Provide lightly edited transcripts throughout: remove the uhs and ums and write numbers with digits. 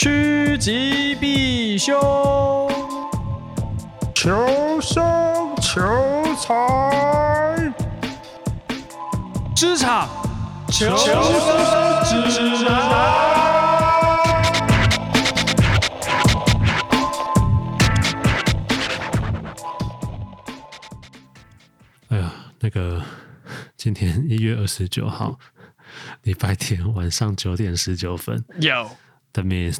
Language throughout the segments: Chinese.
趋吉避凶， 求生求财， 职场求生指南。 哎呀，今天1月29号，礼拜天晚上9点19分。 有。 That means，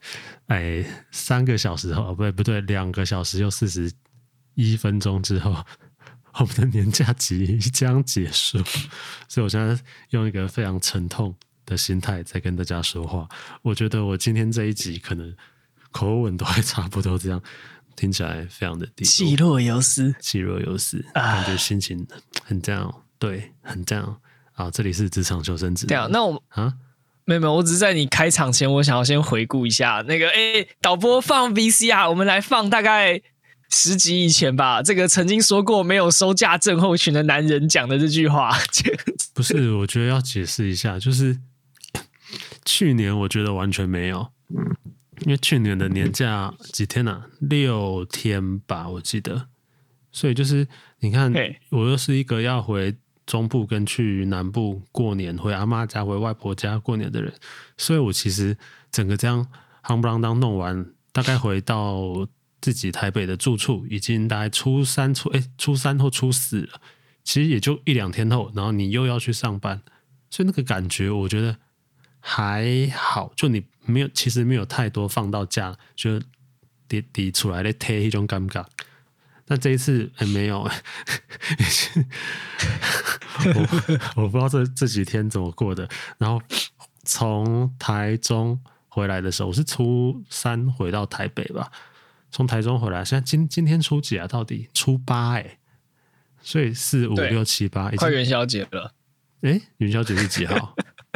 3个小时后，不对，2个小时又41分钟之后，我们的年假即将结束。所以我现在用一个非常沉痛的心态在跟大家说话。我觉得我今天这一集可能口吻都会差不多这样，听起来非常的低落， 气若游丝， 感觉心情很 down， 对，很 down。好，这里是职场求生指南。 那我没有，我只是在你开场前，我想要先回顾一下导播放 VCR， 我们来放大概10集以前吧。这个曾经说过没有收假症候群的男人讲的这句话， 不是，我觉得要解释一下，就是去年我觉得完全没有，因为去年的年假几天啊？6天吧，我记得。所以就是你看，我又是一个要回中部跟去南部过年，回阿嬷家、回外婆家过年的人，所以我其实整个这样夯不啷当弄完，大概回到自己台北的住处，已经大概初三或初4了。其实也就1-2天后，然后你又要去上班，所以那个感觉我觉得还好，就你其实没有太多放到假，就抵出来的贴一种感觉。但这一次没有，我不知道这几天怎么过的。然后从台中回来的时候，我是初3回到台北吧，从台中回来，现在今天初几啊？到底初8所以4、5、6、7、8， 快元宵节了。 元宵节是几号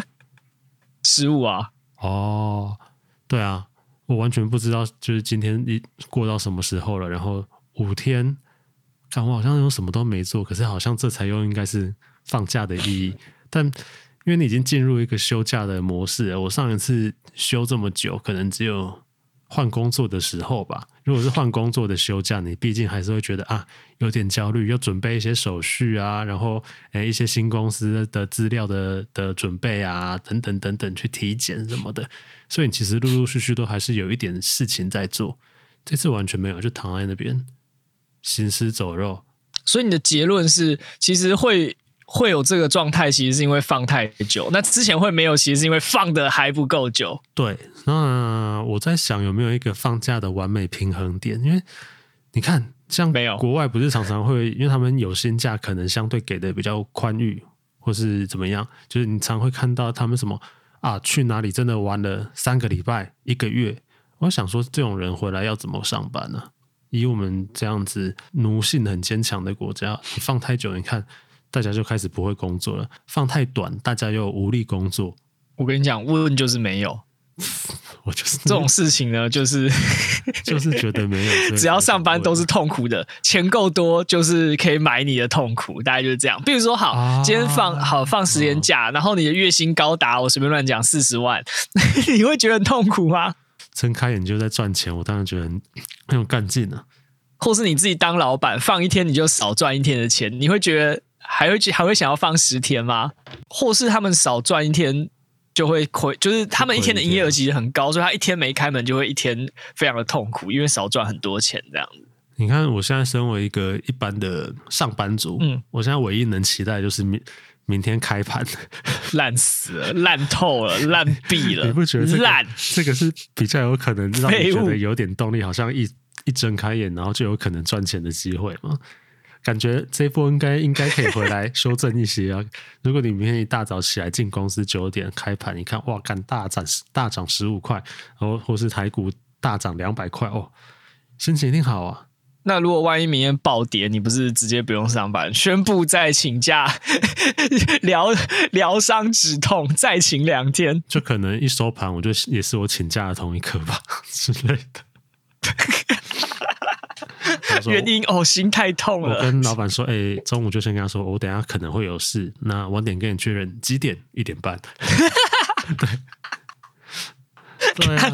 ？15啊。 哦，对啊，我完全不知道，就是今天过到什么时候了，然后5天，我好像有什么都没做，可是好像这才又应该是放假的意义。但因为你已经进入一个休假的模式了，我上一次休这么久，可能只有换工作的时候吧。如果是换工作的休假，你毕竟还是会觉得有点焦虑，要准备一些手续啊，然后一些新公司的资料的准备啊，等等等等，去体检什么的。所以你其实陆陆续续都还是有一点事情在做。这次完全没有，就躺在那边行尸走肉。 所以你的结论是，其实会有这个状态，其实是因为放太久。那之前会没有，其实是因为放的还不够久。 对，那我在想有没有一个放假的完美平衡点？因为你看，像国外不是常常会，因为他们有薪假可能相对给的比较宽裕，或是怎么样，就是你常会看到他们什么去哪里真的玩了3个礼拜、1个月。我想说，这种人回来要怎么上班呢？以我们这样子奴性很坚强的国家，你放太久，你看大家就开始不会工作了；放太短，大家又无力工作。 我跟你讲，问就是没有。 我就是这种事情呢，就是觉得没有， 只要上班都是痛苦的，钱够多就是可以买你的痛苦，大概就是这样。比如说，今天放10天假，然后你的月薪高达我随便乱讲40万，你会觉得很痛苦吗？ 睁开眼就在赚钱，我当然觉得很有干劲啊。 或是你自己当老板，放1天你就少赚1天的钱，你会觉得还会想要放10天吗？或是他们少赚1天就会亏，就是他们1天的营业额其实很高，所以他1天没开门就会1天非常的痛苦，因为少赚很多钱这样子。 你看，我现在身为一个一般的上班族，我现在唯一能期待的就是明天开盘， 烂死了，烂透了，烂毙了， 你不觉得这个是比较有可能让你觉得有点动力，好像一睁开眼，然后就有可能赚钱的机会吗？感觉这一波应该可以回来修正一些啊。如果你明天一大早起来进公司9点开盘，你看哇，干大涨15块，然后或是台股大涨200块，心情一定好啊。 那如果万一明天暴跌，你不是直接不用上班，宣布再请假疗伤止痛，再请2天， 就可能一收盘，也是我请假的同一刻吧之类的。 原因心太痛了。 我跟老板说，中午就先跟他说，我等一下可能会有事，那晚点跟你确认几点？1点半。对啊，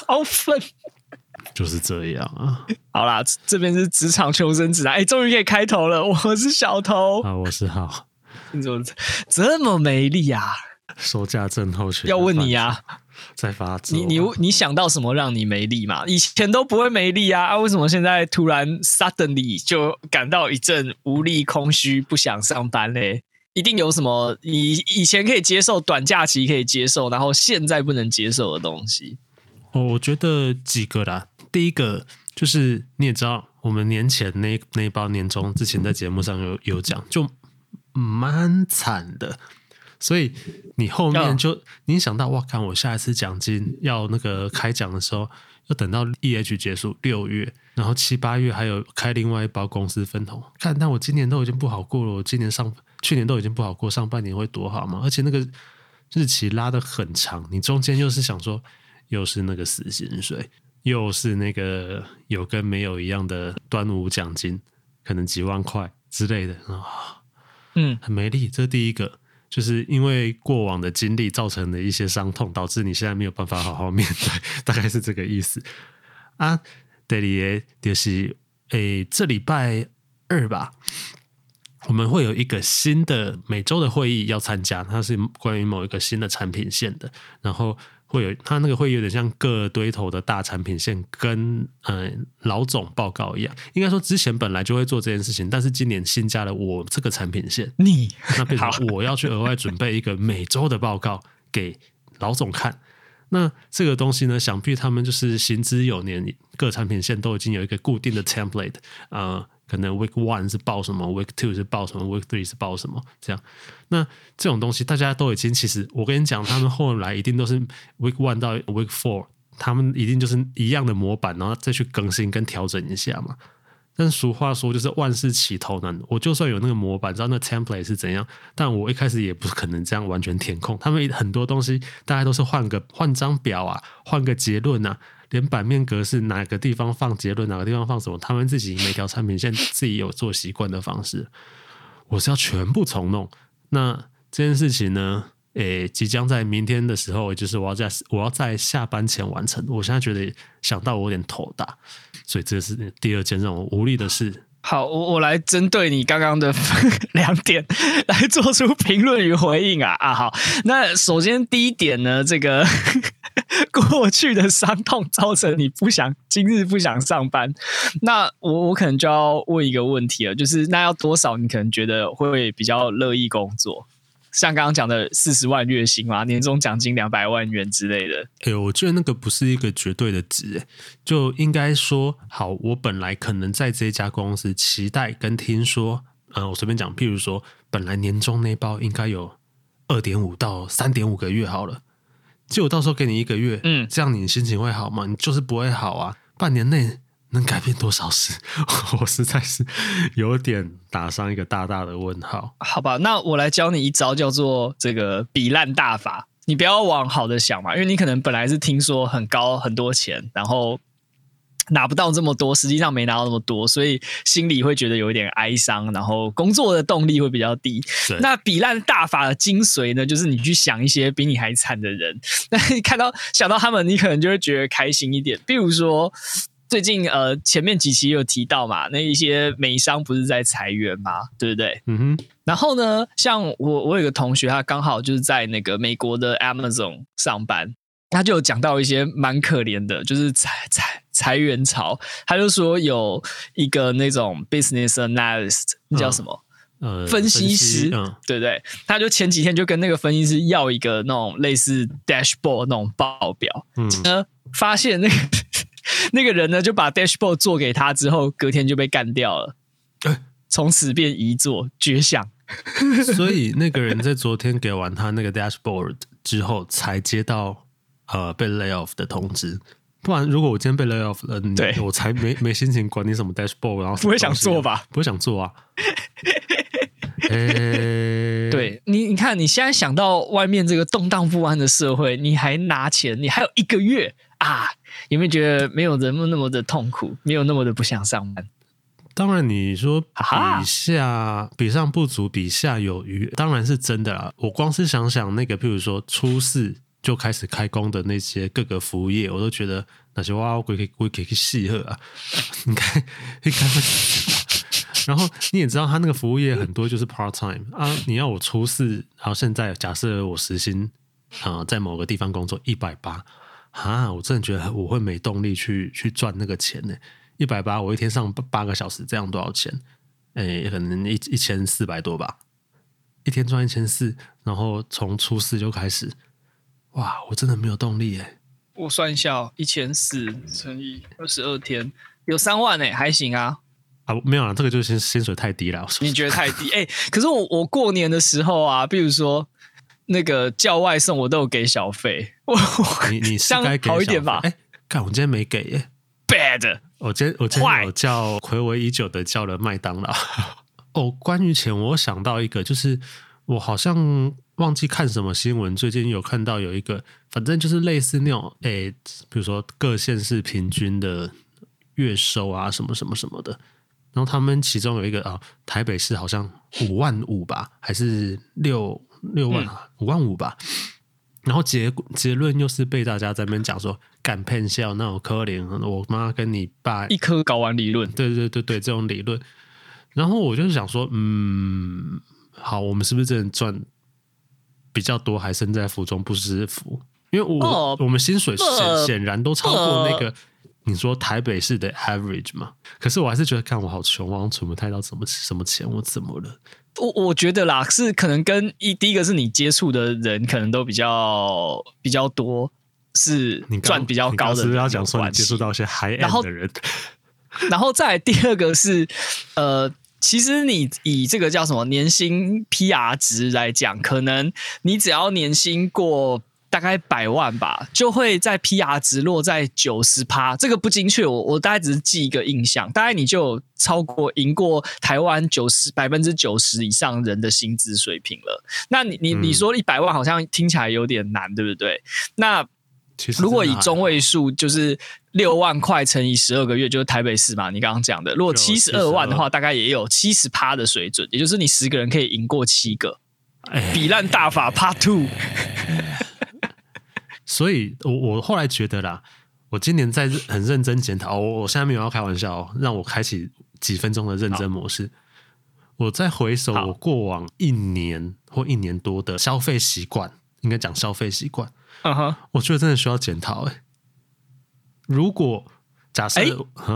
超愤。 就是这样啊。 好啦，这边是职场求生指南，终于可以开头了。我是小头啊，我是浩。 你怎么这么没力啊？ 收假症候群要问你啊， 在发作。 你想到什么让你没力嘛？以前都不会没力啊，为什么现在突然 suddenly 就感到一阵无力、空虚，不想上班嘞？一定有什么你以前可以接受，短假期可以接受，然后现在不能接受的东西。 我觉得几个啦。第一个就是你也知道，我们年前那一包年终之前在节目上有讲，就蛮惨的。所以你后面就你想到哇，看我下一次奖金要那个开奖的时候，要等到 EH 结束6月，然后7、8月还有开另外一包公司分红。看，但我今年都已经不好过了，我去年都已经不好过，上半年会多好吗？而且那个日期拉得很长，你中间又是想说，又是那个死薪水，又是那个有跟没有一样的端午奖金，可能几万块之类的啊，很没力。这是第一个。就是因为过往的经历造成的一些伤痛，导致你现在没有办法好好面对，大概是这个意思啊。第二就是这礼拜2吧，我们会有一个新的每周的会议要参加，它是关于某一个新的产品线的，然后会有它那个会有点像各堆头的大产品线跟老总报告一样。应该说之前本来就会做这件事情，但是今年新加了我这个产品线，那变成我要去额外准备一个每周的报告给老总看。那这个东西呢，想必他们就是行之有年，各产品线都已经有一个固定的 template，可能 week 1是报什么 week 2是报什么 week 3是报什么这样。那这种东西大家都已经，其实我跟你讲，他们后来一定都是 week 1到 week 4，他们一定就是一样的模板，然后再去更新跟调整一下嘛。但是俗话说就是万事起头难，我就算有那个模板，知道那 template 是怎样，但我一开始也不可能这样完全填空。他们很多东西大概都是换张表啊，换个结论啊，连版面格式哪个地方放结论，哪个地方放什么，他们自己每条产品线自己有做习惯的方式，我是要全部重弄。那这件事情呢，即将在明天的时候，也就是我要在下班前完成。我现在觉得想到我有点头大，所以这是第二件让我无力的事。 好，我来针对你刚刚的2点来做出评论与回应啊。好，那首先第一点呢，这个过去的伤痛造成你今日不想上班，那我可能就要问一个问题了，就是那要多少你可能觉得会比较乐意工作？像刚刚讲的40万月薪嘛，年终奖金200万元之类的。 我觉得那个不是一个绝对的值，就应该说，好，我本来可能在这家公司期待跟听说，我随便讲，譬如说，本来年终那包应该有2.5到3.5个月好了，结果到时候给你1个月，这样你心情会好吗？你就是不会好啊，半年内能改变多少事？我实在是有点打上一个大大的问号。 好吧，那我来教你一招，叫做这个比烂大法。你不要往好的想嘛，因为你可能本来是听说很高很多钱，然后拿不到这么多，实际上没拿到那么多，所以心里会觉得有一点哀伤，然后工作的动力会比较低。那比烂大法的精髓呢，就是你去想一些比你还惨的人，那你想到他们，你可能就会觉得开心一点。比如说最近前面几期有提到嘛，那一些美商不是在裁员嘛，对不对？然后呢，像我有个同学，他刚好就是在那个美国的 Amazon 上班，他就有讲到一些蛮可怜的，就是裁员潮。他就说有一个那种 business analyst， 那叫什么？分析师，对不对？他就前几天就跟那个分析师要一个那种类似 dashboard 那种报表，发现那个人呢就把 dashboard 做给他之后，隔天就被干掉了，从此变遗作绝响。 所以那个人在昨天给完他那个 dashboard 之后，才接到被 lay off 的通知。不然，如果我今天被 lay off 了，我才没心情管你什么 dashboard， 然后不会想做吧？ 不会想做啊。 对你看，你现在想到外面这个动荡不安的社会，你还拿钱，你还有1个月啊，有没有觉得没有那么的痛苦，没有那么的不想上班？ 当然，你说比上不足，比下有余，当然是真的啦。我光是想想那个，譬如说初4 就开始开工的那些各个服务业，我都觉得那些哇，我可以细喝啊，应该会。然后你也知道，他那个服务业很多就是 part time 啊，你要我初4，然后现在假设我时薪在某个地方工作180啊，我真的觉得我会没动力去赚那个钱呢。180，我一天上8个小时，这样多少钱？可能1400多吧，一天赚1400，然后从初4就开始，哇，我真的没有动力耶。 我算一下，1400乘以22天，有3万哎，还行啊。 没有啦，这个就是薪水太低了。 你觉得太低？可是我过年的时候啊，比如说那个叫外送，我都有给小费。 你是该给好一点吧？ 干，我今天没给耶。 Bad， 我今天有叫睽违已久的叫了麦当劳。关于钱，我想到一个，就是我好像忘记看什么新闻，最近有看到有一个，反正就是类似那种，比如说各县市平均的月收啊，什么什么什么的。然后他们其中有一个台北市好像55000吧，还是6万55000吧。然后结论又是被大家在那边讲说，干骗笑那种可怜，我妈跟你爸一颗睾丸理论， 对，这种理论。然后我就想说，好，我们是不是真的赚比较多，还身在福中不知福？因为我们薪水显然都超过那个。你说台北市的 average 嘛？可是我还是觉得，看我好穷，我好像存不太到什么钱，我怎么了？ 我觉得啦，是可能跟第一个是你接触的人可能都比较多，是赚比较高的人。 你是不是要讲说你接触到一些 high end 的人？ 然后再来第二个是其实你以这个叫什么年薪 PR 值来讲，可能你只要年薪过大概100万吧，就会在 PR 值落在 90%， 这个不精确，我大概只是记一个印象，大概你就有赢过台湾90%以上人的薪资水平了。那你说100万好像听起来有点难，对不对？那如果以中位数就是6万块乘以12个月，就是台北市嘛，你刚刚讲的，如果72万的话，大概也有70%的水准，也就是你10个人可以赢过7个。比烂大法 Part 2。 所以我后来觉得啦，我今年在很认真检讨，我现在没有要开玩笑让我开启几分钟的认真模式。我再回首我过往1年或1年多的消费习惯，应该讲消费习惯，我觉得真的需要检讨。如果假设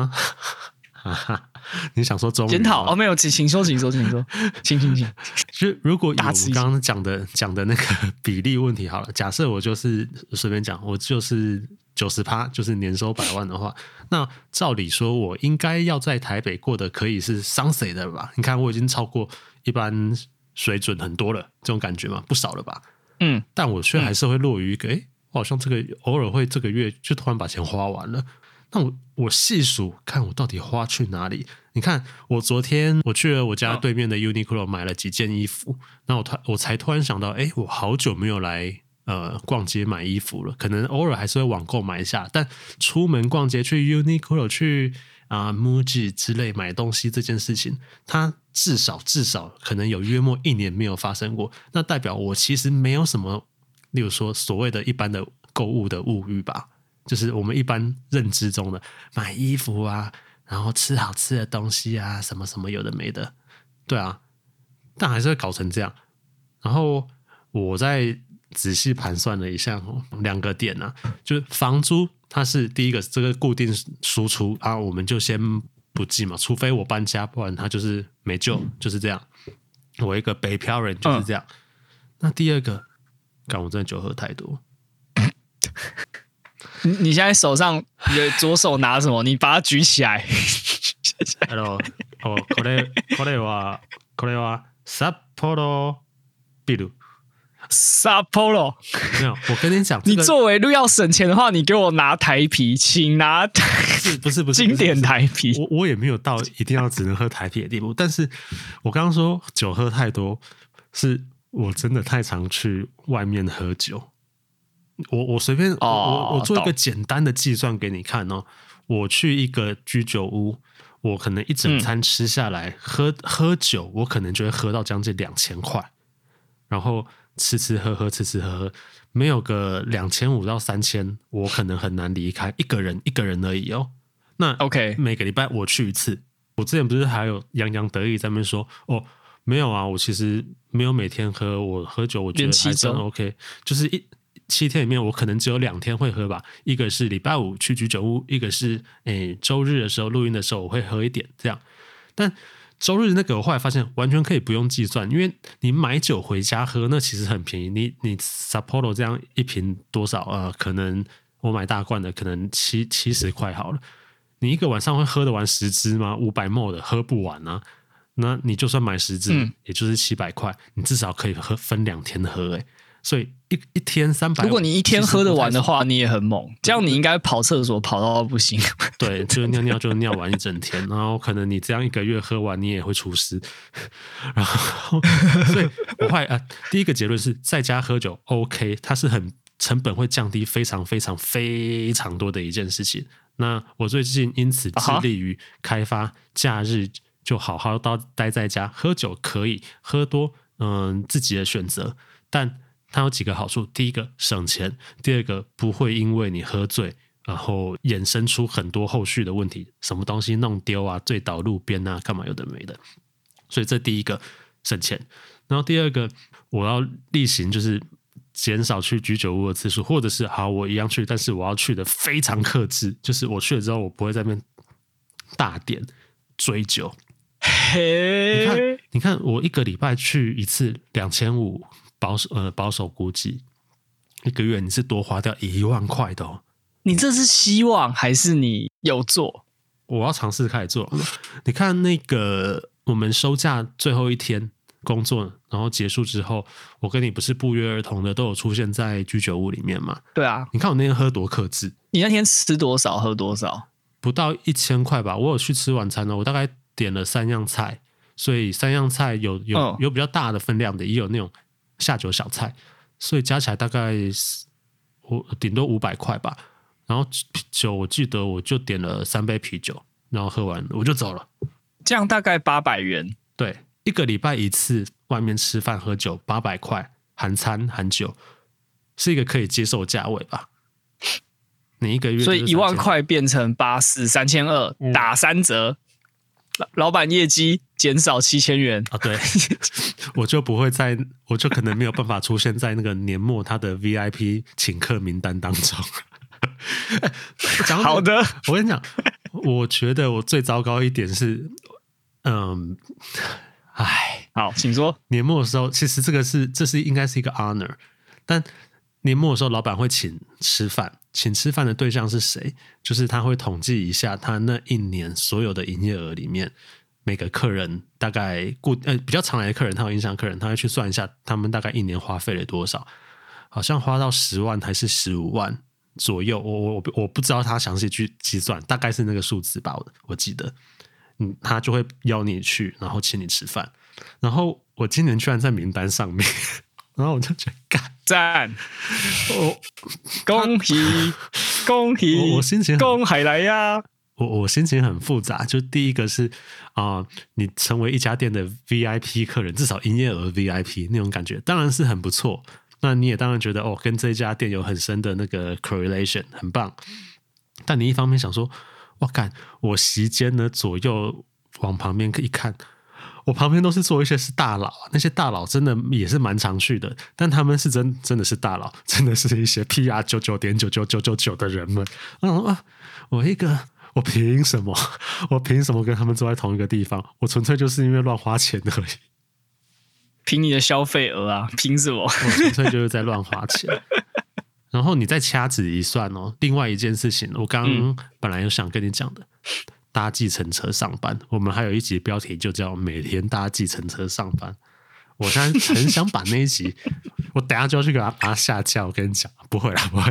你想说中文检讨没有，请说。请。 就如果以我们刚刚讲的那个比例问题好了，假设我就是随便讲，我就是90%，就是年收100万的话，那照理说我应该要在台北过得可以是相似的吧？你看我已经超过一般水准很多了，这种感觉嘛，不少了吧？但我却还是会落于一个，我好像这个偶尔会这个月就突然把钱花完了。那我细数看我到底花去哪里？你看我昨天我去了我家对面的 Uniqlo 买了几件衣服，那我才突然想到，我好久没有来逛街买衣服了，可能偶尔还是会网购买一下，但出门逛街去 Uniqlo 去Muji 之类买东西这件事情，它至少可能有约莫1年没有发生过，那代表我其实没有什么，例如说所谓的一般的购物的物欲吧。就是我们一般认知中的买衣服啊，然后吃好吃的东西啊，什么什么有的没的，对啊，但还是会搞成这样。然后我再仔细盘算了一下2个点啊，就是房租它是第一个，这个固定输出啊，我们就先不计嘛，除非我搬家，不然它就是没救，就是这样。我一个北漂人就是这样。那第二个，干我真的酒喝太多。 你现在手上你的左手拿什么？你把它举起来。 これは札幌ビール。 Sapporo 没有，我跟你讲， 你作为要省钱的话，你给我拿台啤，请拿不是经典台啤。 我也没有到一定要只能喝台啤的地步，但是我刚刚说酒喝太多，是我真的太常去外面喝酒。我随便我做一个简单的计算给你看哦。我去一个居酒屋，我可能一整餐吃下来，喝酒，我可能就会喝到将近2000块。然后吃喝喝，没有个2500到3000，我可能很难离开，一个人而已哦。那 OK 每个礼拜我去一次，我之前不是还有洋洋得意在那边说哦。没有啊，我其实没有每天喝，我喝酒我觉得还算 OK， 就是7天里面我可能只有2天会喝吧，一个是礼拜五去居酒屋，一个是周日的时候录音的时候我会喝一点这样。但周日那个我后来发现完全可以不用计算，因为你买酒回家喝那其实很便宜，你 Sapporo 这样一瓶多少可能我买大罐的可能70块好了，你一个晚上会喝得完10支吗？500ml 的喝不完啊。那你就算买10支，也就是700块，你至少可以分2天喝所以一天300。 如果你一天喝得完的话，你也很猛。这样你应该跑厕所跑到不行。 对，就是尿就尿完一整天，然后可能你这样1个月喝完，你也会出事。然后，所以我后来第一个结论是在家喝酒 OK， 它是很成本会降低非常非常非常多的一件事情。那我最近因此致力于开发假日。就好好待在家，喝酒可以喝多，自己的选择，但它有几个好处：第一个省钱，第二个不会因为你喝醉，然后衍生出很多后续的问题，什么东西弄丢啊，醉倒路边啊，干嘛有的没的。所以这第一个省钱，然后第二个我要例行就是减少去居酒屋的次数，或者是好我一样去，但是我要去的非常克制，就是我去了之后我不会在那边大点追酒。你看，我一个礼拜去一次2500，保守估计一个月你是多花掉1万块的哦。 你这是希望还是你有做？ 我要尝试开始做。你看那个我们收假最后一天工作，然后结束之后，我跟你不是不约而同的都有出现在居酒屋里面嘛？ 对啊。 你看我那天喝多克制， 你那天吃多少喝多少？ 不到1000块吧。我有去吃晚餐呢，我大概点了3样菜，所以3样菜有比较大的分量的，也有那种下酒小菜，所以加起来大概我顶多500块吧。然后酒我记得我就点了3杯啤酒，然后喝完我就走了。 这样大概800元。 对，一个礼拜一次外面吃饭喝酒800块，含餐含酒，是一个可以接受的价位吧。你一个月， 所以1万块变成84,3200，打3折。老板业绩减少7000元啊！对，我就可能没有办法出现在那个年末他的 VIP 请客名单当中。 好的， 我跟你讲，我觉得我最糟糕一点是， 好，请说。 年末的时候，其实这是应该是一个 honor， 但年末的时候，老板会请吃饭。请吃饭的对象是谁？就是他会统计一下他那一年所有的营业额里面，每个客人大概比较常来的客人，他有印象客人，他会去算一下他们大概一年花费了多少，好像花到10万还是15万左右。我不知道他详细去计算，大概是那个数字吧，我记得。他就会邀你去，然后请你吃饭。然后我今年居然在名单上面。然后我就觉得干赞，恭喜恭喜， 我心情恭喜来呀！ 我心情很复杂，就第一个是你成为一家店的 VIP 客人，至少营业额 VIP 那种感觉，当然是很不错。那你也当然觉得跟这家店有很深的那个 correlation， 很棒。但你一方面想说，哇干，我席间呢左右往旁边一看。我旁边都是坐一些是大佬，那些大佬真的也是蛮常去的，但他们是真的是大佬，真的是一些 PR 99.99999的人们。我凭什么？我凭什么跟他们坐在同一个地方？我纯粹就是因为乱花钱而已。 凭你的消费额啊？凭什么？ 我纯粹就是在乱花钱。然后你再掐指一算另外一件事情，我刚刚本来有想跟你讲的。搭计程车上班，我们还有一集标题就叫每天搭计程车上班。我现在很想把那一集，我等一下就要去把它下架。我跟你讲，不会啦。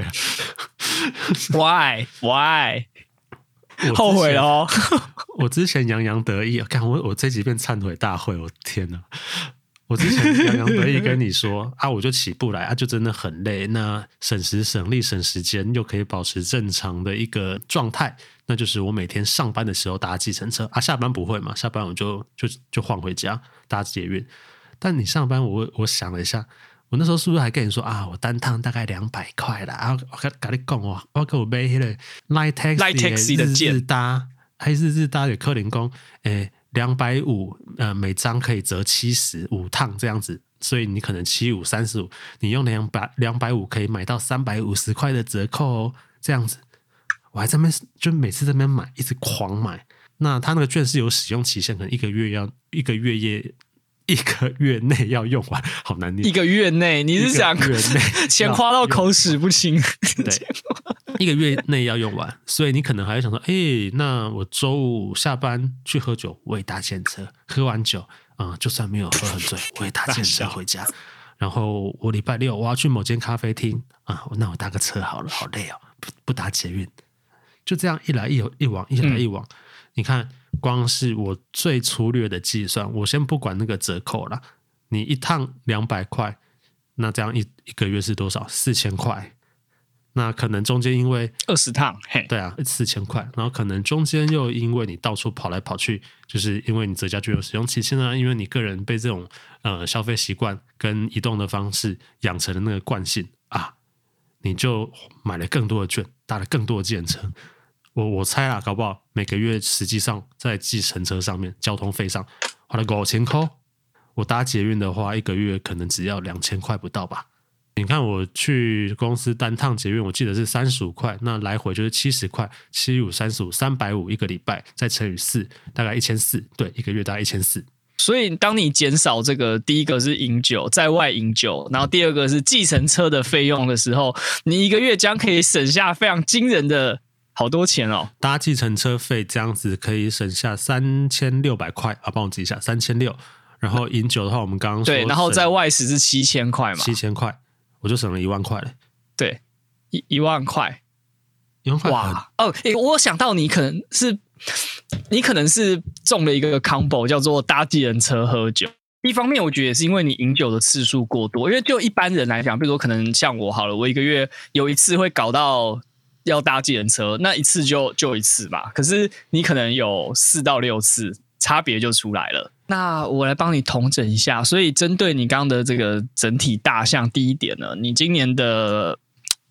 Why？ 后悔了哦。 我之前洋洋得意，看我这集变忏悔大会，我天哪！我之前洋洋得意跟你说我就起不来就真的很累。那省时省力省时间，又可以保持正常的一个状态，那就是我每天上班的时候搭计程车下班不会嘛？下班我就晃回家搭捷运。但你上班我想了一下， 我那时候是不是还跟你说啊，我单趟大概200块啦？啊，我跟你讲哦，我给我买那个 Line Taxi 的日搭，还是日搭的客人工，250每张可以折75趟这样子，所以你可能7535，你用250可以买到350块的折扣哦，这样子。我还在那边就每次在那边买，一直狂买。那他那个券是有使用期限，可能一个月内要用完，好难念。 1个月内，你是想钱花到口齿不清？ 对，1个月内要用完，所以你可能还会想说，那我周五下班去喝酒，我也搭计程车，喝完酒就算没有喝很醉，我也搭计程车回家。然后我礼拜六我要去某间咖啡厅那我搭个车好了，好累哦，不搭捷运。就这样一来一往，一来一往。你看，光是我最粗略的计算，我先不管那个折扣啦，你一趟200块，那这样一个月是多少？4000块。那可能中间因为 20趟，嘿， 对啊，4000块，然后可能中间又因为你到处跑来跑去，就是因为你折价券有使用期限啊，因为你个人被这种消费习惯跟移动的方式养成了那个惯性啊，你就买了更多的券，搭了更多的计程车。我猜啦，搞不好每个月实际上在计程车上面、交通费上花了5000块。我搭捷运的话，一个月可能只要2000块不到吧。你看我去公司单趟捷运，我记得是35块，那来回就是70块，75、35、350一个礼拜，再乘以4，大概1400。对，一个月大概1400。 所以当你减少这个第一个是饮酒，在外饮酒，然后第二个是计程车的费用的时候，你一个月将可以省下非常惊人的好多钱哦。 搭计程车费这样子可以省下3600块帮我记一下，3600。然后饮酒的话，我们刚刚说对，然后在外食是7000块嘛 ，7000块，我就省了1万块了。 对，1万块 ，1万块哇！我想到你可能是中了一个 combo， 叫做搭计程车喝酒。一方面，我觉得也是因为你饮酒的次数过多，因为就一般人来讲，比如说可能像我好了，我一个月有一次会搞到要搭计程车，那一次就一次嘛。可是你可能有4到6次，差别就出来了。那我来帮你统整一下，所以针对你刚刚的这个整体大项，第一点呢，你今年的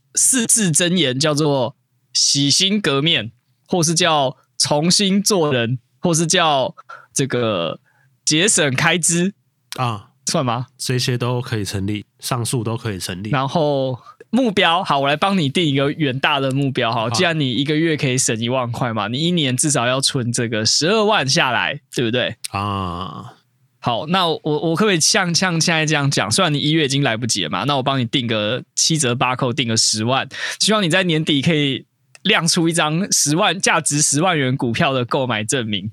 4字箴言叫做洗心革面，或是叫重新做人，或是叫这个节省开支算吗？ 这些都可以成立，上述都可以成立。 然后目标，好，我来帮你定一个远大的目标。好，既然你一个月可以省1万块嘛，你一年至少要存这个12万下来，对不对？好，那我可不可以像现在这样讲？虽然你1月已经来不及了嘛，那我帮你定个7折8扣，定个10万，希望你在年底可以亮出一张价值10万元股票的购买证明。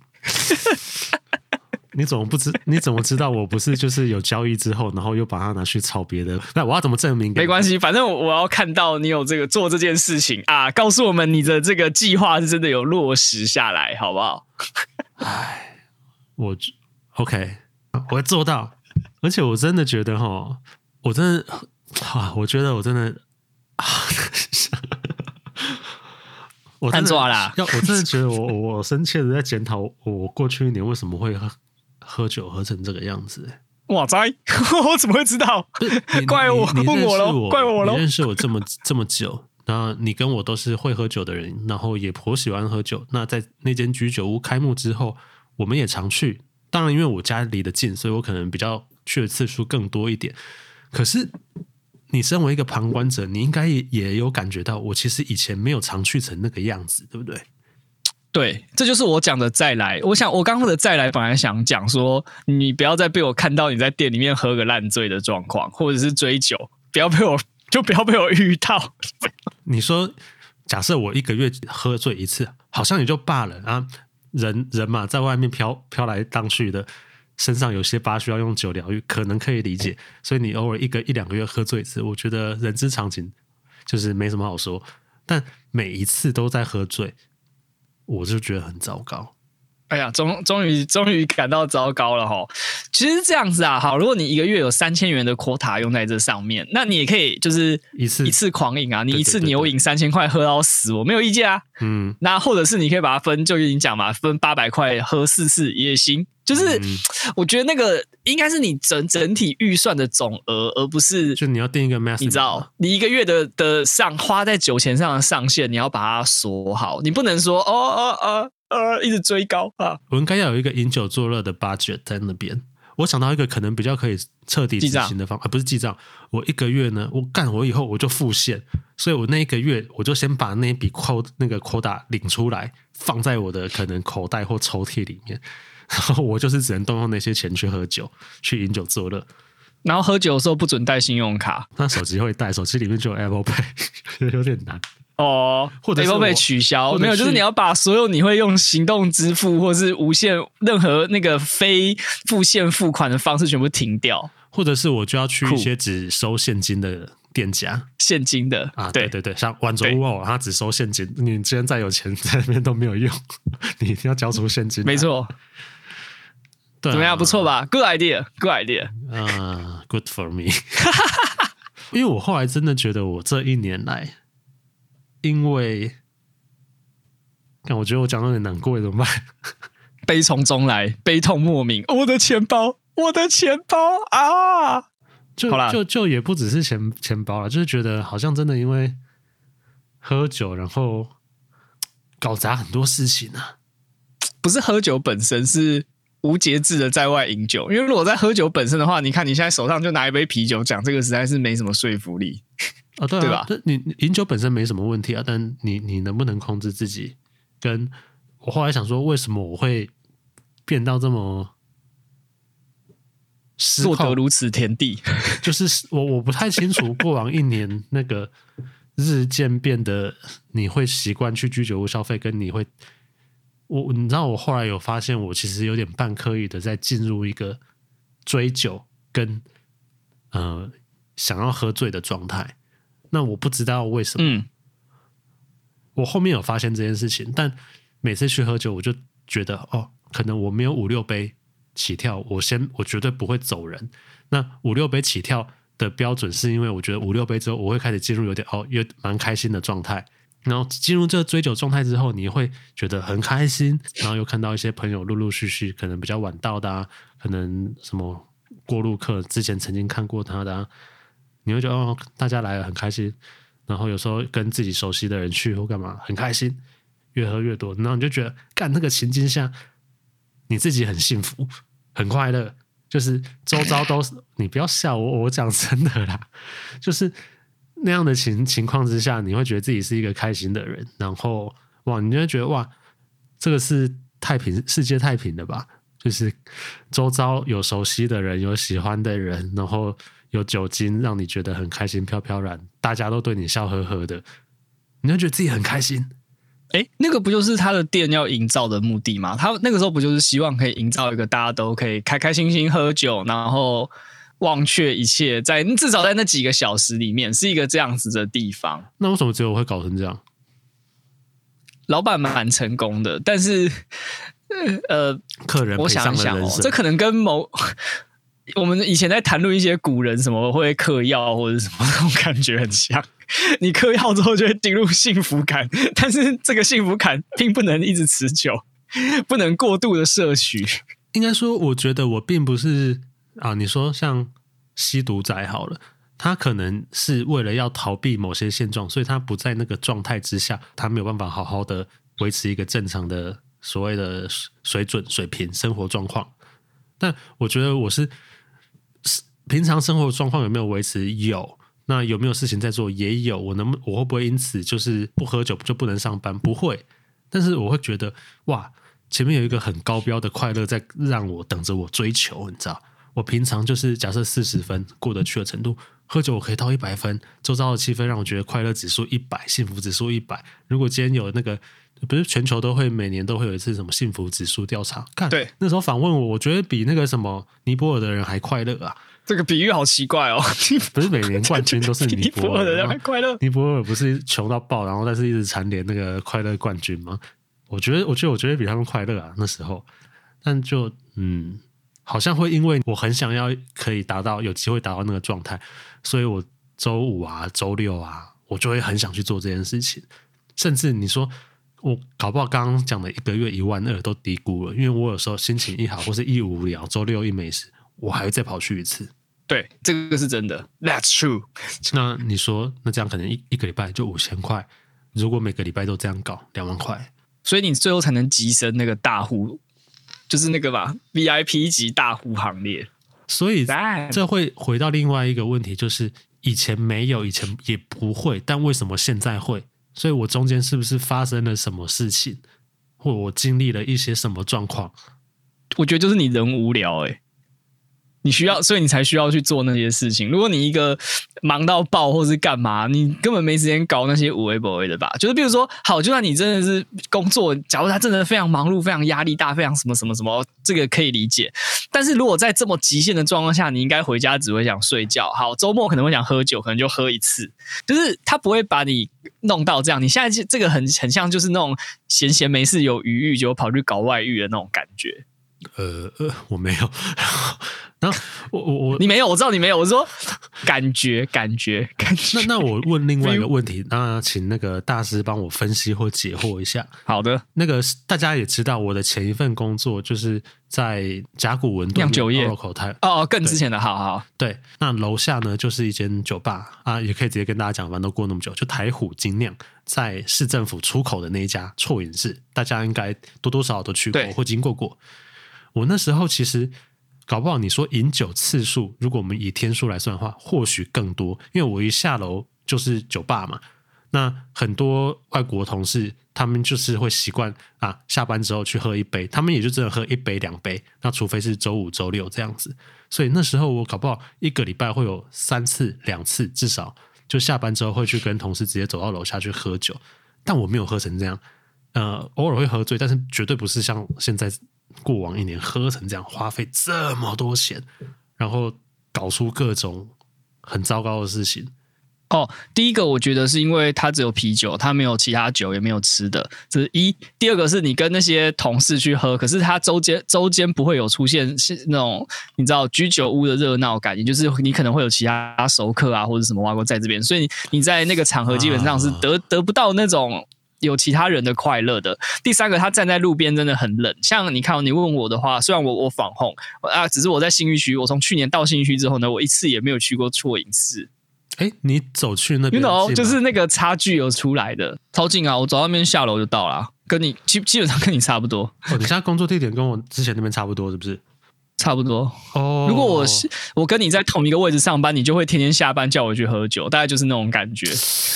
你怎么知道我不是就是有交易之后，然后又把它拿去炒别的？那我要怎么证明？ 没关系，反正我要看到你有这个做这件事情啊，告诉我们你的这个计划是真的有落实下来，好不好？ OK， 我会做到。而且我真的觉得我真的我觉得我真的我真的做啦！ 我真的觉得我深切的在检讨我过去1年为什么会喝酒喝成这个样子。 哇塞，我怎么会知道？怪我，问我咯，怪我咯。 你认识我这么久，然后你跟我都是会喝酒的人，然后也颇喜欢喝酒。那在那间居酒屋开幕之后，我们也常去。当然，因为我家离得近，所以我可能比较去的次数更多一点。可是你身为一个旁观者，你应该也有感觉到，我其实以前没有常去成那个样子，对不对？ 对，这就是我讲的再来。我刚刚的再来本来想讲说，你不要再被我看到你在店里面喝个烂醉的状况，或者是追酒，不要被我遇到。 你说，假设我1个月喝醉1次，好像也就罢了啊。人嘛，在外面飘来荡去的，身上有些疤需要用酒疗愈，可能可以理解。所以你偶尔1、2个月喝醉1次，我觉得人之常情，就是没什么好说。但每一次都在喝醉，我就觉得很糟糕。 哎呀，终于感到糟糕了齁。其实这样子啊，好，如果你一个月有3000元的 quota 用在这上面，那你也可以就是一次狂饮啊，你一次牛饮3000块喝到死，我没有意见啊。那或者是你可以把它分，就已经讲嘛，分800块喝4次也行。就是我觉得那个应该是你整体预算的总额，而不是就你要定一个 maximum， 你知道，你一个月的花在酒钱上的上限，你要把它锁好，你不能说一直追高啊。 我应该要有一个饮酒作乐的 budget 在那边。我想到一个可能比较可以彻底执行的方法，不是记账。我一个月呢，我以后我就付现，所以我那一个月我就先把那一笔那个 quota 领出来，放在我的可能口袋或抽屉里面。然后我就是只能动用那些钱去喝酒，去饮酒作乐。 然后喝酒的时候不准带信用卡， 那手机会带，手机里面就有 Apple Pay， 有点难哦。或者 Apple Pay 取消，没有，就是你要把所有你会用行动支付或是无线任何那个非付现付款的方式全部停掉， 或者是我就要去一些只收现金的店家， 现金的啊，对，像晚酌屋他只收现金，你今天再有钱在那边都没有用，你一定要交出现金。 没错，对、怎么样？不错吧 ？Good idea，Good idea。 Good for me 。因为我后来真的觉得，我这一年来，因为，但我觉得我讲到有点难过，怎么办？ 悲从中来，悲痛莫名。我的钱包啊！ 就也不只是钱包了，就是觉得好像真的因为喝酒，然后搞砸很多事情啊。 不是喝酒本身，是无节制的在外饮酒。因为如果在喝酒本身的话，你看你现在手上就拿一杯啤酒，讲这个实在是没什么说服力啊，对吧？你饮酒本身没什么问题啊，但你能不能控制自己？跟我后来想说，为什么我会变到这么？ 落得如此田地， 就是我不太清楚过往一年那个日渐变得你会习惯去居酒屋消费，跟你知道我后来有发现，我其实有点半刻意的在进入一个追酒跟想要喝醉的状态。那我不知道为什么，我后面有发现这件事情，但每次去喝酒，我就觉得可能我没有5-6杯。起跳，我绝对不会走人。那5-6杯起跳的标准，是因为我觉得5-6杯之后，我会开始进入有蛮开心的状态。然后进入这个追酒状态之后，你会觉得很开心，然后又看到一些朋友陆陆续续可能比较晚到的啊，可能什么过路客之前曾经看过他的啊，你会觉得大家来了很开心。然后有时候跟自己熟悉的人去或干嘛很开心，越喝越多，然后你就觉得干那个情境下。你自己很幸福，很快乐，就是周遭都是你不要笑我讲真的啦，就是那样的情况之下，你会觉得自己是一个开心的人，然后你就会觉得哇，这个是世界太平的吧？就是周遭有熟悉的人，有喜欢的人，然后有酒精让你觉得很开心、飘飘然，大家都对你笑呵呵的，你就觉得自己很开心。 那个不就是他的店要营造的目的吗？他那个时候不就是希望可以营造一个大家都可以开开心心喝酒，然后忘却一切，至少在那几个小时里面是一个这样子的地方。 那为什么只有我会搞成这样？ 老板蛮成功的，但是客人我想一想这可能跟我们以前在谈论一些古人什么会嗑药或者什么那种感觉很像。你嗑药之后就会进入幸福感，但是这个幸福感并不能一直持久，不能过度的摄取。 应该说，我觉得我并不是你说像吸毒仔好了，他可能是为了要逃避某些现状，所以他不在那个状态之下，他没有办法好好的维持一个正常的所谓的水准、水平、生活状况。但我觉得我是平常生活状况有没有维持？有。那有没有事情在做？也有。我会不会因此就是不喝酒就不能上班？不会。但是我会觉得哇，前面有一个很高标的快乐在让我等着我追求，你知道？我平常就是假设40分过得去的程度，喝酒我可以到100分，周遭的气氛让我觉得快乐指数100，幸福指数100。如果今天有那个，不是全球每年都会有一次什么幸福指数调查？看， 对， 那时候访问我觉得比那个什么尼泊尔的人还快乐啊。 这个比喻好奇怪哦！ 不是每年冠军都是尼泊尔的人还快乐？ 尼泊尔不是穷到爆，然后但是一直蝉联那个快乐冠军吗？ 我觉得比他们快乐啊那时候，但就好像会因为我很想要可以有机会达到那个状态，所以我周五啊周六啊我就会很想去做这件事情，甚至你说我搞不好刚刚讲的1个月12000都低估了，因为我有时候心情一好或是一无聊，周六一没事，我还会再跑去一次。 对，这个是真的 ，That's true。 那你说，那这样可能一个礼拜就5000块，如果每个礼拜都这样搞，2万块， 所以你最后才能跻身那个大户，就是那个吧 VIP 级大户行列。 所以这会回到另外一个问题，就是以前没有，以前也不会，但为什么现在会？所以我中间是不是发生了什么事情，或我经历了一些什么状况？ 我觉得就是你人无聊你需要，所以你才需要去做那些事情。如果你一个忙到爆或是干嘛，你根本没时间搞那些无为不为的吧？就是比如说，好，就算你真的是工作，假如他真的非常忙碌、非常压力大、非常什么什么什么，这个可以理解。但是如果在这么极限的状况下，你应该回家只会想睡觉。好，周末可能会想喝酒，可能就喝一次。就是他不会把你弄到这样。你现在这个很像就是那种闲没事有余裕就跑去搞外遇的那种感觉。 我没有。然后你没有，我知道你没有。我说感觉。 那我问另外一个问题，那请那个大师帮我分析或解惑一下。 好的， 那个大家也知道，我的前一份工作就是在甲骨文酿酒业更之前的，好对。那楼下呢就是一间酒吧啊，也可以直接跟大家讲，反正都过那么久，就台虎精酿在市政府出口的那一家啜饮室，大家应该多多少少都去过或经过。我那时候其实搞不好你说饮酒次数，如果我们以天数来算的话，或许更多，因为我一下楼就是酒吧嘛。那很多外国同事他们就是会习惯啊，下班之后去喝一杯，他们也就真的喝1杯2杯，那除非是周五周六这样子。所以那时候我搞不好1个礼拜会有3次2次，至少就下班之后会去跟同事直接走到楼下去喝酒，但我没有喝成这样，偶尔会喝醉，但是绝对不是像现在过往1年喝成这样，花费这么多钱，然后搞出各种很糟糕的事情。 第一个我觉得是因为他只有啤酒，他没有其他酒，也没有吃的，这是一。第二个是你跟那些同事去喝，可是他周间不会有出现那种你知道居酒屋的热闹感，也就是你可能会有其他熟客啊或者什么外国在这边，所以你在那个场合基本上是得不到那种有其他人的快乐的。第三个，他站在路边真的很冷。像你看，你问我的话，虽然我访红只是我在信义区，我从去年到信义区之后呢，我一次也没有去过啜饮室。 你走去那边就是那个差距有出来的，超近啊！我走到那边下楼就到了，跟你基本上跟你差不多。 你现在工作地点跟我之前那边差不多，是不是？ 差不多。如果我跟你在同一个位置上班，你就会天天下班叫我去喝酒，大概就是那种感觉。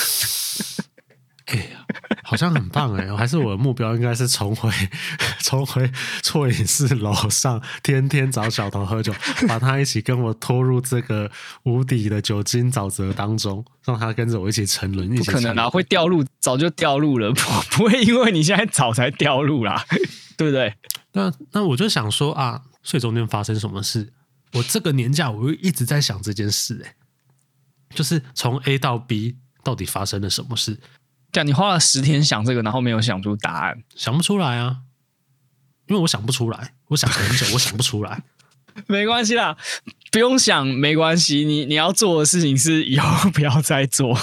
好像很棒还是我的目标应该是重回啜饮室楼上，天天找小童喝酒，把他一起跟我拖入这个无底的酒精沼泽当中，让他跟着我一起沉沦。 不可能啊，会掉入，早就掉入了，不会因为你现在早才掉入啦，对不对？ 那我就想说啊，所以中间发生什么事？我这个年假我一直在想这件事就是从 A 到 B 到底发生了什么事。 这样你花了10天想这个，然后没有想出答案， 想不出来啊，因为我想不出来，我想很久，我想不出来。 没关系啦，不用想，没关系。你要做的事情是以后不要再做。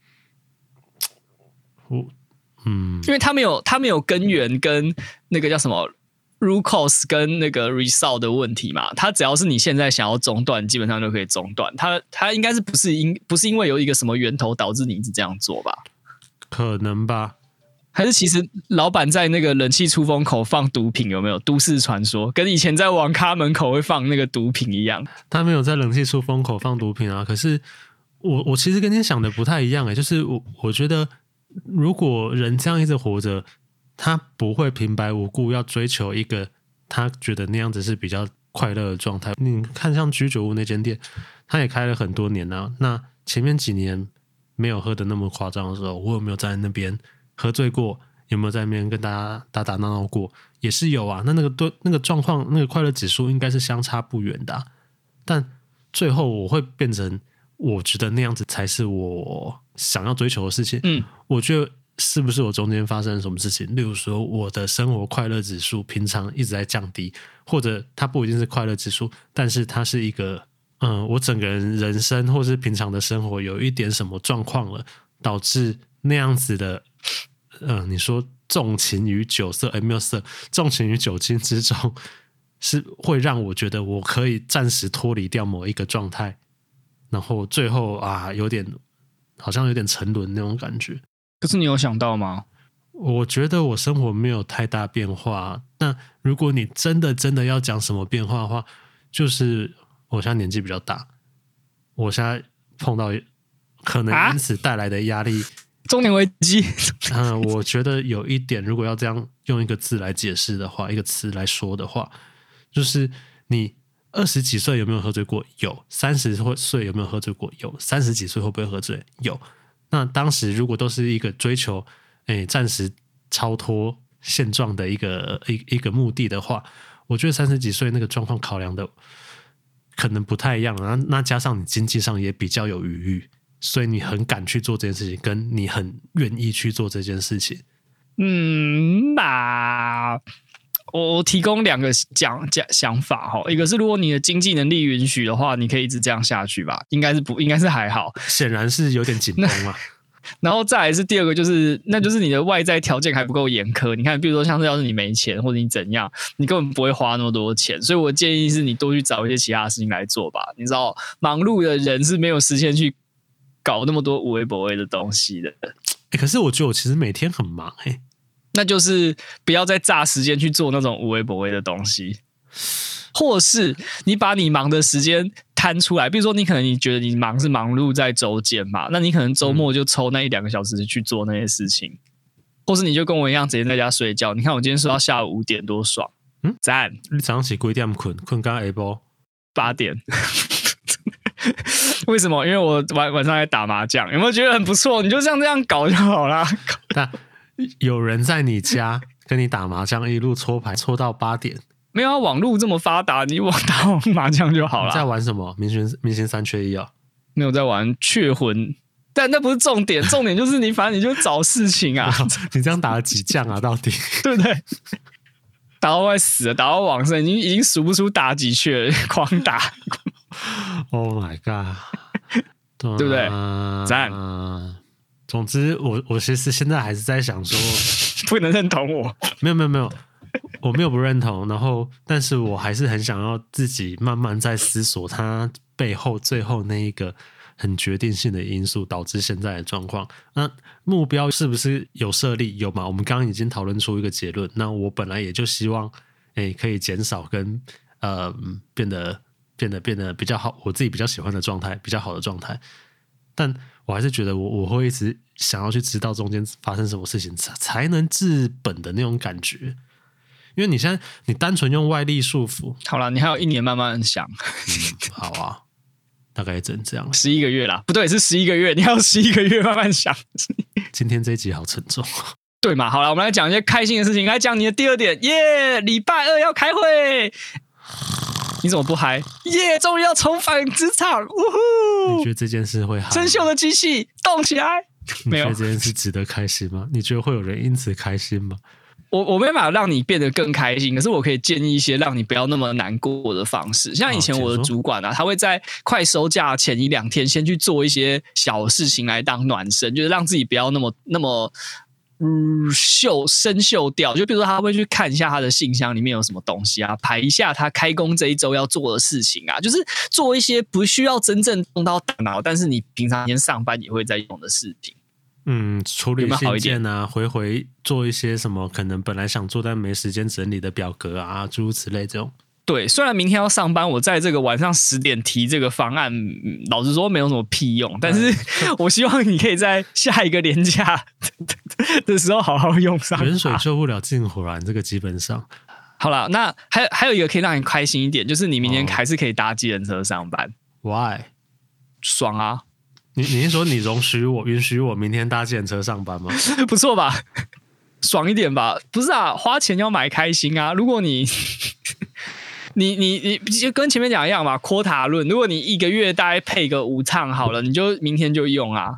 因为他没有根源跟那个叫什么 root cause 跟那个 result 的问题嘛，它只要是你现在想要中断，基本上就可以中断。它应该是不是因为有一个什么源头导致你一直这样做吧？ 可能吧， 还是其实老板在那个冷气出风口放毒品，有没有都市传说？跟以前在网咖门口会放那个毒品一样。 他没有在冷气出风口放毒品啊，可是我其实跟你想的不太一样就是我觉得如果人这样一直活着，他不会平白无故要追求一个他觉得那样子是比较快乐的状态。你看像居酒屋那间店，他也开了很多年了，那前面几年没有喝的那么夸张的时候，我有没有在那边喝醉过？有没有在那边跟大家打打闹闹过？也是有啊。那个状况，那个快乐指数应该是相差不远的但最后我会变成，我觉得那样子才是我想要追求的事情。我觉得是不是我中间发生了什么事情？例如说，我的生活快乐指数平常一直在降低，或者它不一定是快乐指数，但是它是一个，我整个人生或是平常的生活有一点什么状况了，导致那样子的，你说纵情于酒色，没有色，纵情于酒精之中，是会让我觉得我可以暂时脱离掉某一个状态，然后最后啊，好像有点沉沦那种感觉。 可是你有想到吗？ 我觉得我生活没有太大变化。那如果你真的要讲什么变化的话，就是我现在年纪比较大，我现在碰到可能因此带来的压力， 中年危机。 我觉得有一点，如果要这样用一个字来解释的话，一个词来说的话，就是你20几岁有没有喝醉过？有。30岁有没有喝醉过？有。30几岁会不会喝醉？有。那当时如果都是一个追求暂时超脱现状的一个目的的话，我觉得30几岁那个状况考量的可能不太一样。那加上你经济上也比较有余裕，所以你很敢去做这件事情，跟你很愿意去做这件事情。 我提供2个想法哈，一个是如果你的经济能力允许的话，你可以一直这样下去吧，应该是还好， 显然是有点紧绷啊。 然后再来是第二个，就是你的外在条件还不够严苛。你看，比如说像是要是你没钱或者你怎样，你根本不会花那么多钱。所以我建议是你多去找一些其他的事情来做吧。你知道，忙碌的人是没有时间去搞那么多无微不微的东西的。 可是我觉得我其实每天很忙那就是不要再榨时间去做那种无微不微的东西，或是你把你忙的时间摊出来，比如说你可能你觉得你忙碌在周间嘛，那你可能周末就抽那1-2个小时去做那些事情，或是你就跟我一样直接在家睡觉。你看我今天睡到下午5点多爽，赞！ 你早上起几点困到下晡 8点。为什么？因为我晚上在打麻将，有没有觉得很不错？你就这样搞就好啦。 但有人在你家跟你打麻将，一路搓牌搓到8点。 没有网络这么发达，你打网麻将就好了。 你在玩什么？明星3缺1啊？ 没有在玩雀魂，但那不是重点，重点就是反正你就找事情啊。 你这样打了几将啊？到底对不对？打到快死了，打到往生，已经数不出打几雀了，狂打。 Oh my god！ 对不对？赞。 总之，我其实现在还是在想说， 不能认同我。 没有，我没有不认同。然后，但是我还是很想要自己慢慢在思索它背后最后那一个很决定性的因素导致现在的状况。那目标是不是有设立？有嘛？我们刚刚已经讨论出一个结论。那我本来也就希望，可以减少跟变得比较好，我自己比较喜欢的状态，比较好的状态。但我还是觉得我会一直想要去知道中间发生什么事情才能治本的那种感觉。因为你现在你单纯用外力束缚， 好了，你还有1年慢慢想。 好啊，大概也只能这样。 11个月啦，不对，是11个月，你还有11个月慢慢想。 今天这一集好沉重， 对嘛？好了，我们来讲一些开心的事情，来讲你的第2点，耶！礼拜2要开会。你怎么不嗨？耶！终于要重返职场，呜呼！ 你觉得这件事会嗨？ 生锈的机器动起来。 你觉得这件事值得开心吗？你觉得会有人因此开心吗？ 我没办法让你变得更开心，可是我可以建议一些让你不要那么难过的方式。像以前我的主管啊，他会在快收假前1-2天先去做一些小事情来当暖身，就是让自己不要那么生锈掉。就比如说他会去看一下他的信箱里面有什么东西啊，排一下他开工这一周要做的事情啊，就是做一些不需要真正动到大脑，但是你平常天上班也会在用的事情。 处理信件啊，回做一些什么可能本来想做但没时间整理的表格啊，诸如此类这种。 对，虽然明天要上班，我在这个晚上10点提这个方案，老实说没有什么屁用，但是我希望你可以在下一个连假的时候好好用上它。 远水救不了近火啊，这个基本上。 好啦，那还有一个可以让你开心一点，就是你明天还是可以搭计程车上班。 Why？ 爽啊！ 你是说你允许我明天搭计程车上班吗？ 不错吧？爽一点吧？不是啊，花钱要买开心啊！如果你跟前面讲一样嘛，quota论。如果你1个月大概配个5趟好了，你就明天就用啊。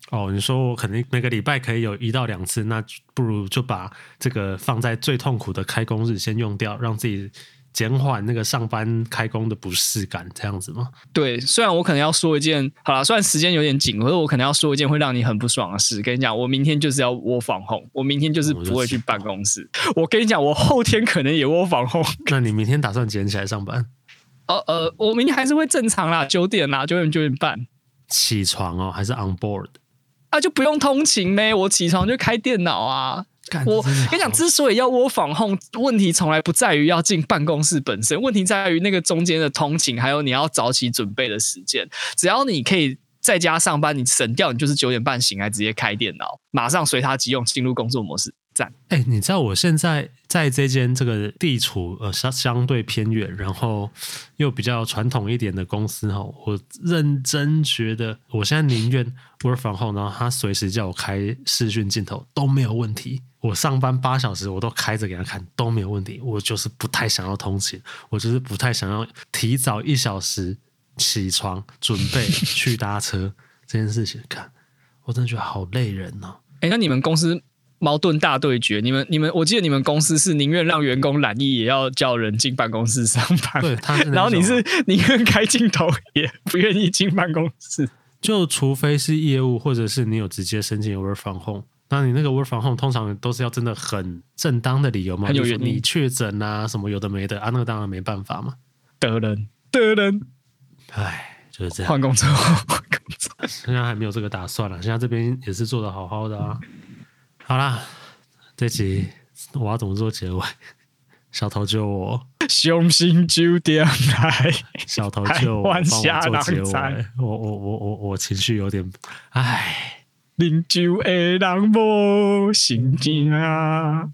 哦，你说我可能每个礼拜可以有1到2次，那不如就把这个放在最痛苦的开工日先用掉，让自己减缓那个上班开工的不适感，这样子吗？ 对，虽然我可能要说一件，好啦，虽然时间有点紧，可是我可能要说一件会让你很不爽的事。跟你讲，我明天就是要work from home，我明天就是不会去办公室。我跟你讲，我后天可能也work from home。 那你明天打算捡起来上班？ 我明天还是会正常啦，9点啦，9点半起床哦，还是 on board？ 啊，就不用通勤咩？我起床就开电脑啊。我跟你讲，之所以要work from home，问题从来不在于要进办公室本身，问题在于那个中间的通勤，还有你要早起准备的时间。只要你可以在家上班，你省掉，你就是9点半醒来直接开电脑，马上随它即用进入工作模式。赞！ 哎，你知道我现在在这间这个地处相对偏远，然后又比较传统一点的公司哈，我认真觉得我现在宁愿 work from home， 然后他随时叫我开视讯镜头都没有问题。我上班8小时我都开着给他看都没有问题，我就是不太想要通勤，我就是不太想要提早1小时起床准备去搭车这件事情，看我真的觉得好累人哦。 哎，那你们公司矛盾大对决，你们，我记得你们公司是宁愿让员工染疫，也要叫人进办公室上班。 对， 然后你是宁愿开镜头，也不愿意进办公室。 就除非是业务，或者是你有直接申请 work from home。那你那个 work from home 通常都是要真的很正当的理由嘛， 很有原因， 你确诊啊什么有的没的啊，那个当然没办法嘛。 得人， 唉，就是这样。 换工作。 现在还没有这个打算了，现在这边也是做得好好的啊。好啦，这集我要怎么做结尾？小头救我， 雄心9点来， 小头救我，帮我做结尾。我情绪有点，唉。 啉酒的人无心情啊，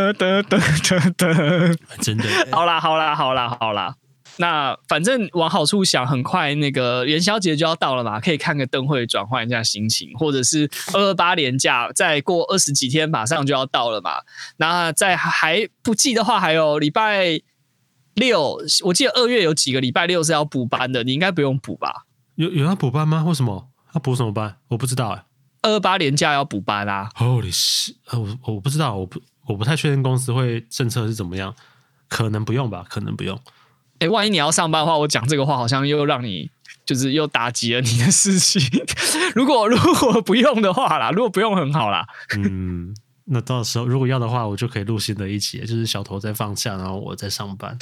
真的。 好啦。那反正往好处想，很快那个元宵节就要到了嘛，可以看个灯会转换一下心情，或者是228连假，再过20几天马上就要到了嘛。那在还不记的话，还有礼拜6，我记得2月有几个礼拜6是要补班的，你应该不用补吧？ 有要补班吗？为什么？要补什么班？我不知道哎。 228连假要补班啊 ！Holy shit！ 我不知道，我不太确定公司会政策是怎么样，可能不用吧，可能不用。 哎，万一你要上班的话，我讲这个话好像又让你就是又打击了你的士气。如果不用的话啦，如果不用很好啦。 那到时候如果要的话，我就可以录新的一集，就是小头在放假，然后我在上班。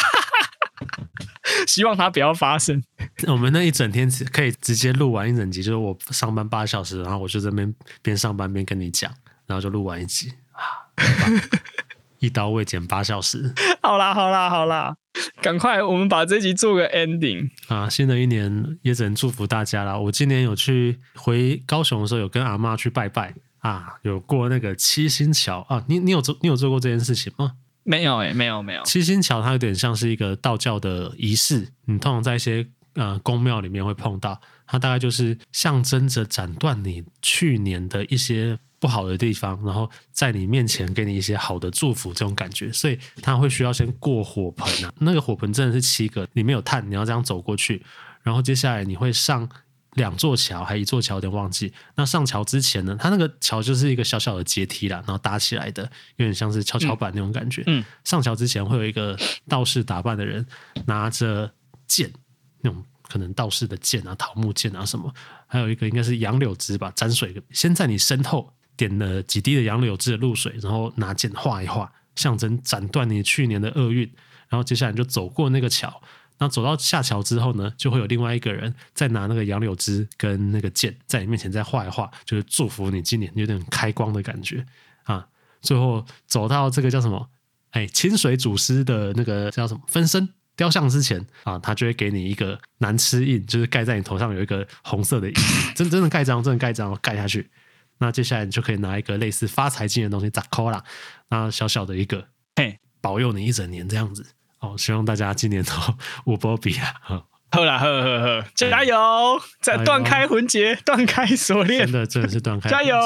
希望它不要发生。 我们那一整天可以直接录完一整集，就是我上班8小时，然后我就在那边上班边跟你讲，然后就录完一集啊，一刀未剪8小时。 好啦，赶快我们把这集做个 ending 啊！新的一年也只能祝福大家啦。我今年有回高雄的时候，有跟阿嬷去拜拜啊，有过那个七星桥啊。你有做过这件事情吗？ 没有没有。 七星桥它有点像是一个道教的仪式，你通常在一些宫庙里面会碰到，它大概就是象征着斩断你去年的一些不好的地方，然后在你面前给你一些好的祝福，这种感觉。所以它会需要先过火盆啊，那个火盆真的是7个，里面有炭，你要这样走过去，然后接下来你会上2座桥，还1座桥有点忘记。那上桥之前呢，它那个桥就是一个小小的阶梯啦，然后搭起来的，有点像是跷跷板那种感觉。上桥之前会有一个道士打扮的人，拿着剑，那种可能道士的剑啊、桃木剑啊什么，还有一个应该是杨柳枝吧，沾水，先在你身后点了几滴的杨柳枝的露水，然后拿剑画一画，象征斩断你去年的厄运。然后接下来你就走过那个桥，那走到下桥之后呢，就会有另外一个人再拿那个杨柳枝跟那个剑在你面前再画一画，就是祝福你今年有点开光的感觉啊。最后走到这个叫什么？清水祖师的那个叫什么分身雕像之前啊，他就会给你一个难吃印，就是盖在你头上有一个红色的印，真的盖章，盖下去。那接下来你就可以拿一个类似发财金的东西砸扣啦，那小小的一个，保佑你一整年这样子。希望大家今年都有保庇啊！ 好啦，加油！再断开魂结，断开锁链， 真的是断开， 加油！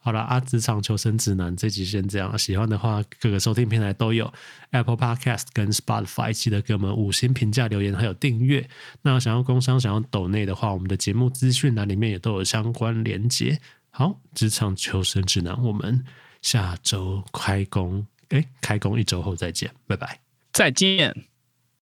好了啊，职场求生指南这集先这样，喜欢的话各个收听平台都有 Apple Podcast 跟 Spotify， 记得给我们5星评价留言还有订阅。那想要工商想要抖内的话，我们的节目资讯栏里面也都有相关连结。好，职场求生指南，我们下周开工1周后再见，拜拜， 再见。